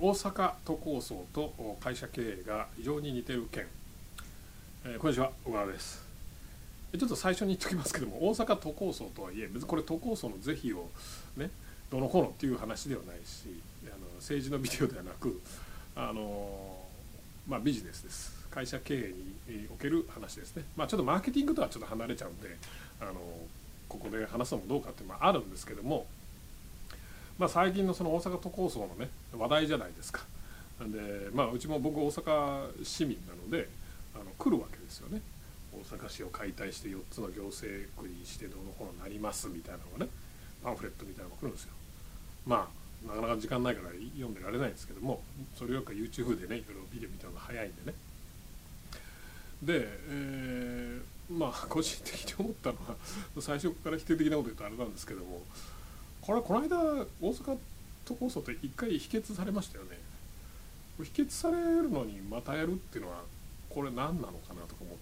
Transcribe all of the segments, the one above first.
大阪都構想と会社経営が非常に似てる件、こんにちは、小川です。ちょっと最初に言っておきますけども、大阪都構想とはいえ別にこれ都構想の是非をねどのこうのっていう話ではないし、政治のビデオではなくビジネスです。会社経営における話ですね。ちょっとマーケティングとはちょっと離れちゃうんでここで話すのもどうかっていうのはあるんですけども、最近のその大阪都構想のね話題じゃないですか。でうちも僕大阪市民なので来るわけですよね。大阪市を解体して4つの行政区にしてどうのこうのなりますみたいなのがねパンフレットみたいなのが来るんですよ。なかなか時間ないから読んでられないんですけども、それよりか YouTube でねいろいろビデオ見たのが早いんでね。で、個人的に思ったのは最初から否定的なこと言うとあれなんですけども、この間大阪都構想って一回否決されましたよね。否決されるのにまたやるっていうのはこれ何なのかなとか思って、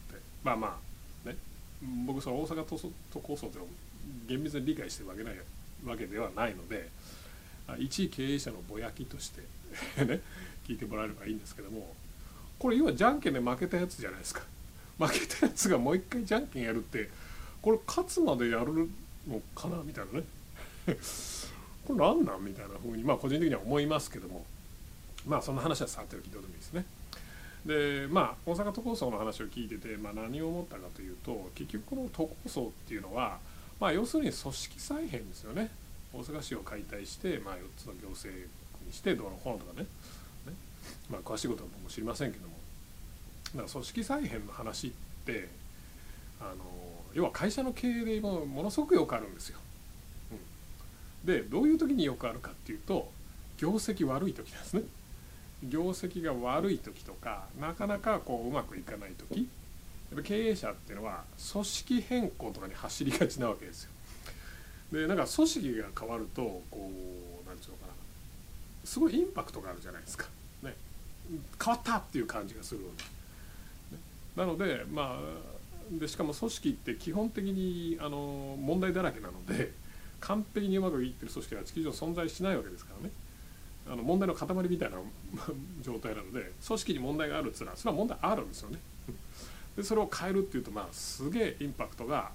ね、僕その大阪都構想っていうのを厳密に理解してるわけではないので、一経営者のぼやきとしてね聞いてもらえればいいんですけども、これ要はじゃんけんで負けたやつじゃないですか。負けたやつがもう一回じゃんけんやるってこれ勝つまでやるのかなみたいなねこれ何なんみたいな風に個人的には思いますけども、そんな話はさておきどうでもいいですね。で大阪都構想の話を聞いてて、何を思ったかというと、結局この都構想っていうのは要するに組織再編ですよね。大阪市を解体して4つの行政区にしてどうのこうのとかね、詳しいことは僕も知りませんけども、だから組織再編の話って要は会社の経営でものすごくよくあるんですよ。でどういう時によくあるかっていうと、業績悪い時なんですね。業績が悪い時とかなかなかうまくいかない時、やっぱ経営者っていうのは組織変更とかに走りがちなわけですよ。で組織が変わると何て言うのかな、すごいインパクトがあるじゃないですか、ね、変わったっていう感じがするので、なのででしかも組織って基本的に問題だらけなので、完璧にうまくいってる組織は地球上存在しないわけですからね。問題の塊みたいな状態なので、組織に問題があるっていうのはそれは問題あるんですよね。でそれを変えるっていうとすげえインパクトが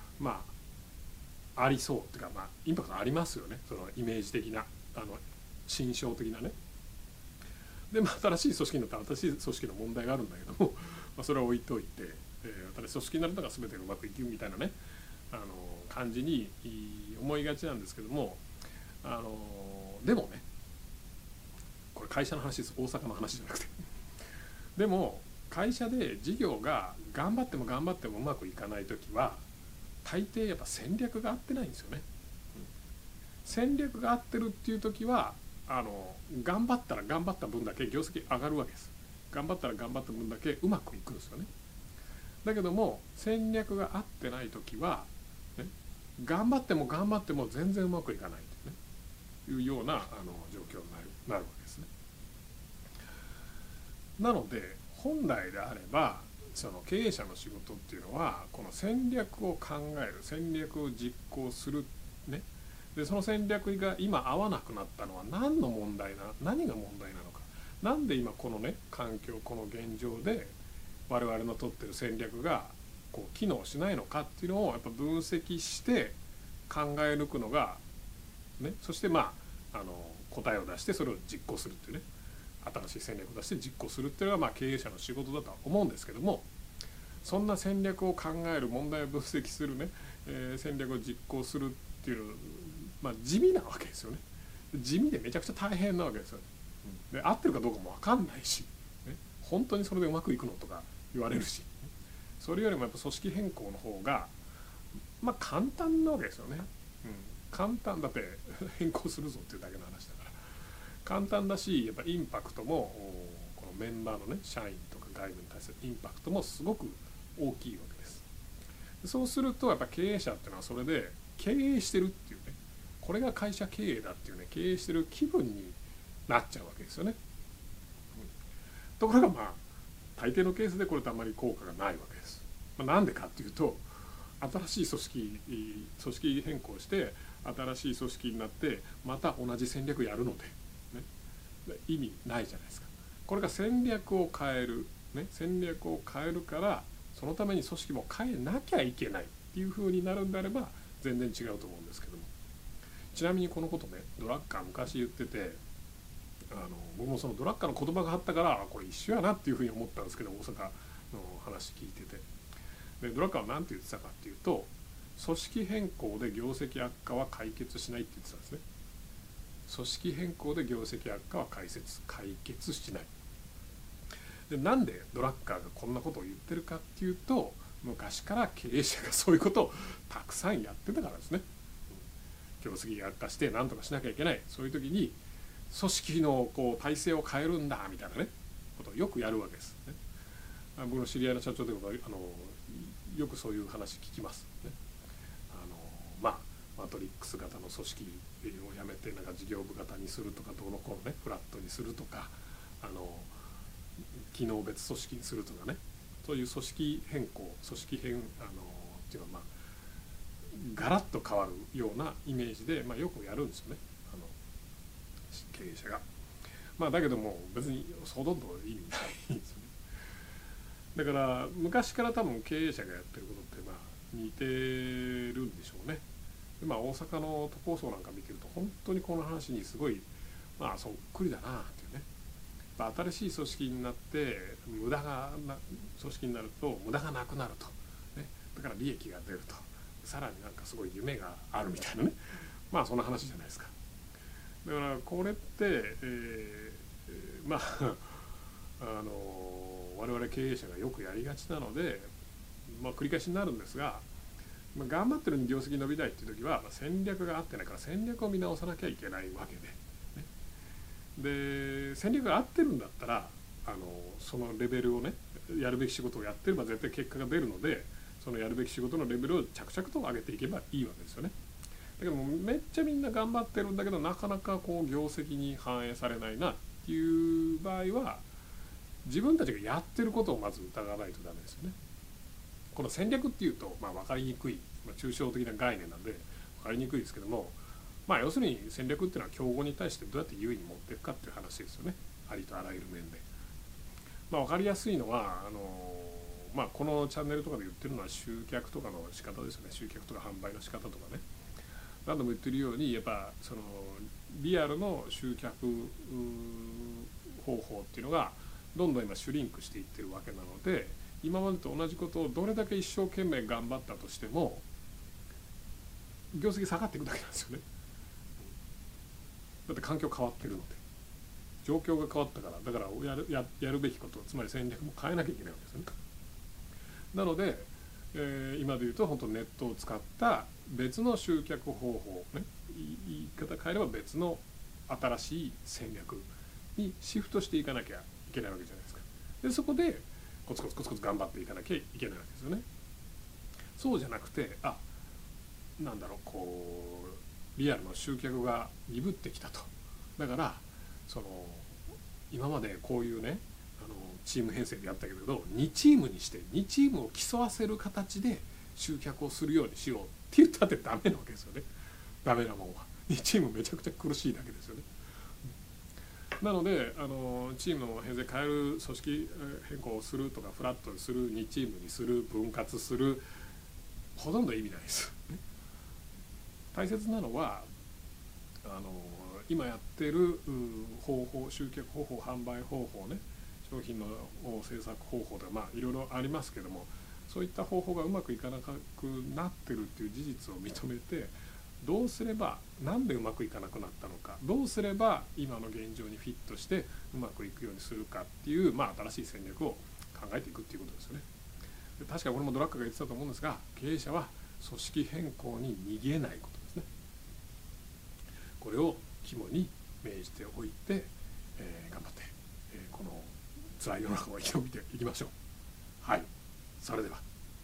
ありそうっていうかインパクトありますよね。そのイメージ的な心象的なね。で新しい組織になったら新しい組織の問題があるんだけどもそれは置いといて、新しい組織になるのが全てがうまくいくみたいなね感じに思いがちなんですけども、でもね、これ会社の話です。大阪の話じゃなくてでも会社で事業が頑張っても頑張ってもうまくいかない時は大抵やっぱ戦略が合ってないんですよね。戦略が合ってるっていう時は頑張ったら頑張った分だけ業績上がるわけです。頑張ったら頑張った分だけうまくいくんですよね。だけども戦略が合ってない時は、頑張っても頑張っても全然うまくいかないというような状況になるわけですね。なので本来であればその経営者の仕事っていうのはこの戦略を考える、戦略を実行するね。でその戦略が今合わなくなったのは何が問題なのか、なんで今このね環境、この現状で我々の取ってる戦略が機能しないのかっていうのをやっぱ分析して考え抜くのがね、そして答えを出してそれを実行するっていうね、新しい戦略を出して実行するっていうのが経営者の仕事だとは思うんですけども、そんな戦略を考える、問題を分析するね、戦略を実行するっていうの地味なわけですよね。地味でめちゃくちゃ大変なわけですよね。で合ってるかどうかも分かんないし、ね、本当にそれでうまくいくのとか言われるし、それよりもやっぱ組織変更の方が簡単なわけですよね。簡単だって変更するぞっていうだけの話だから簡単だし、やっぱインパクトもこのメンバーのね社員とか外部に対するインパクトもすごく大きいわけです。そうするとやっぱ経営者っていうのはそれで経営してるっていうね、これが会社経営だっていうね、経営してる気分になっちゃうわけですよね。ところが大抵のケースでこれってあまり効果がないわけです。なんでかっていうと、新しい組織変更して新しい組織になってまた同じ戦略やるので、ね、 意味ないじゃないですか。これが戦略を変える、ね、戦略を変えるからそのために組織も変えなきゃいけないっていう風になるんであれば全然違うと思うんですけども、ちなみにこのことねドラッカー昔言ってて、僕もそのドラッカーの言葉があったからこれ一緒やなっていう風に思ったんですけど、大阪の話聞いてて、でドラッカーは何て言ってたかっていうと、組織変更で業績悪化は解決しないって言ってたんですね。組織変更で業績悪化は解決しない。でなんでドラッカーがこんなことを言ってるかっていうと、昔から経営者がそういうことをたくさんやってたからですね。業績が悪化して何とかしなきゃいけない、そういう時に組織のこう体制を変えるんだみたいなねことをよくやるわけですね。僕の知り合いの社長でもよくそういう話聞きますね。マトリックス型の組織をやめてなんか事業部型にするとか、どうのこうのねフラットにするとか、機能別組織にするとかね、そういう組織変更、組織変っていうかガラッと変わるようなイメージで、よくやるんですよね、経営者が。だけども別にほとんど意味ないんですよね。だから昔から多分経営者がやってることって似てるんでしょうね。で大阪の都構想なんか見てると本当にこの話にすごいそっくりだなっていうね。新しい組織になって無駄がな組織になると無駄がなくなると、ね、だから利益が出ると、さらになんかすごい夢があるみたいなね、そんな話じゃないですか。だからこれって、我々経営者がよくやりがちなので、繰り返しになるんですが、頑張ってるのに業績伸びたいっていう時は、戦略が合ってないから戦略を見直さなきゃいけないわけで、で戦略が合ってるんだったらそのレベルをね、やるべき仕事をやってれば絶対結果が出るので、そのやるべき仕事のレベルを着々と上げていけばいいわけですよね。だけどもめっちゃみんな頑張ってるんだけどなかなかこう業績に反映されないなっていう場合は、自分たちがやってることをまず疑わないとダメですよね。この戦略っていうと分かりにくい、抽象的な概念なんで分かりにくいですけども、要するに戦略っていうのは競合に対してどうやって優位に持っていくかっていう話ですよね。ありとあらゆる面で。分かりやすいのはこのチャンネルとかで言ってるのは集客とかの仕方ですよね。集客とか販売の仕方とかね。何度も言ってるようにやっぱそのリアルの集客方法っていうのがどんどん今シュリンクしていってるわけなので、今までと同じことをどれだけ一生懸命頑張ったとしても業績下がっていくだけなんですよね。だって環境変わってるので、状況が変わったから、だからやるべきこと、つまり戦略も変えなきゃいけないわけですよね。なので、今で言うと本当ネットを使った別の集客方法ね、言い方変えれば別の新しい戦略にシフトしていかなきゃいけないわけじゃないですか。でそこでコツコツコツコツ頑張っていかなきゃいけないわけですよね。そうじゃなくてリアルの集客が鈍ってきたと。だから今までこういうねチーム編成でやったけれど2チームにして2チームを競わせる形で集客をするようにしようって言ったってダメなわけですよね。ダメなもんは2チームめちゃくちゃ苦しいだけですよね。なのでチームの編成変える、組織変更をするとかフラットにする、2チームにする、分割する、ほとんど意味ないです。大切なのは今やってる方法、集客方法、販売方法ね、商品の制作方法でいろいろありますけども、そういった方法がうまくいかなくなってるっていう事実を認めて、どうすればなんでうまくいかなくなったのか、どうすれば今の現状にフィットしてうまくいくようにするかっていう、新しい戦略を考えていくっていうことですよね。で確かこれもドラッカーが言ってたと思うんですが、経営者は組織変更に逃げないことですね。これを肝に銘じておいて、頑張って、この辛い世の中を生き延びていきましょう。はい、それでは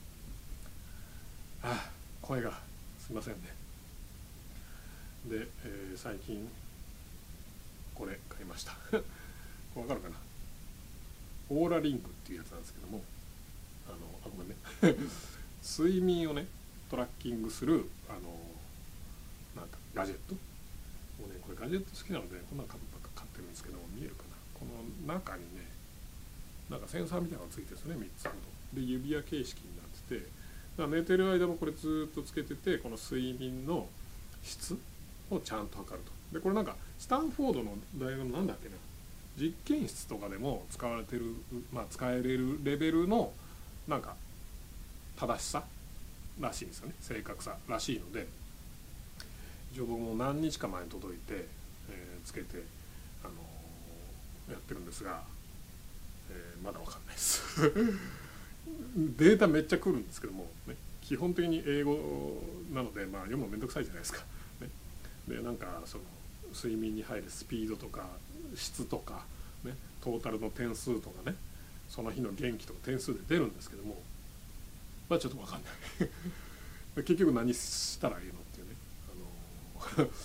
声がすいませんね。で、最近これ買いましたわかるかな、オーラリンクっていうやつなんですけども、ごめんね睡眠をねトラッキングするガジェット、もうねこれガジェット好きなのでこんなの買ってってるんですけど、見えるかな、この中にねなんかセンサーみたいなのがついてるんですよね、3つほどで指輪形式になってて、だから寝てる間もこれずっとつけてて、この睡眠の質をちゃんと測ると。でこれなんかスタンフォードの大学のなんだっけな、実験室とかでも使われてる、使えれるレベルのなんか正しさらしいんですよね、正確さらしいので、一応僕も何日か前に届いて、つけて、やってるんですが、まだ分かんないですデータめっちゃ来るんですけども、ね、基本的に英語なので、読むのめんどくさいじゃないですか、ね、でなんかその睡眠に入るスピードとか質とか、ね、トータルの点数とかね、その日の元気とか点数で出るんですけども、ちょっと分かんない結局何したらいいのっていうね、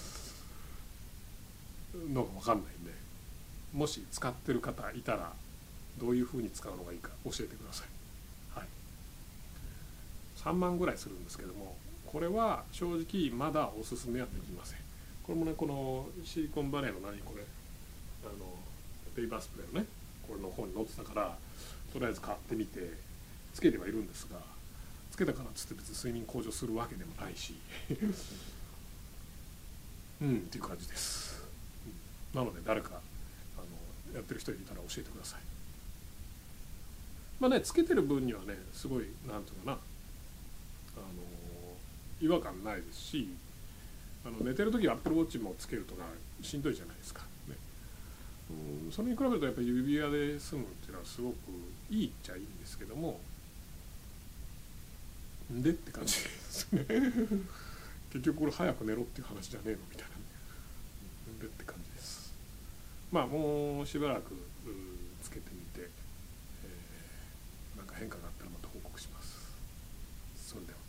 のが分かんないんで、もし使ってる方いたらどういうふうに使うのがいいか教えてください。はい、3万ぐらいするんですけども、これは正直まだおすすめはできません。これもね、このシリコンバレーのこれベイバースプレーのね、これの方に載ってたから、とりあえず買ってみてつけてはいるんですが、つけたからっつって別に睡眠向上するわけでもないしっていう感じです。なので誰かやってる人いたら教えてください。つけてる分にはね、すごいなんていうかな、違和感ないですし、寝てる時は Apple Watch もつけるとかしんどいじゃないですか、ね、それに比べるとやっぱり指輪で済むっていうのはすごくいいっちゃいいんですけども、でって感じですね結局これ早く寝ろっていう話じゃねえのみたいな、でって感じです。もうしばらくつけてみて、なんか変化があったらまた報告します。それでは。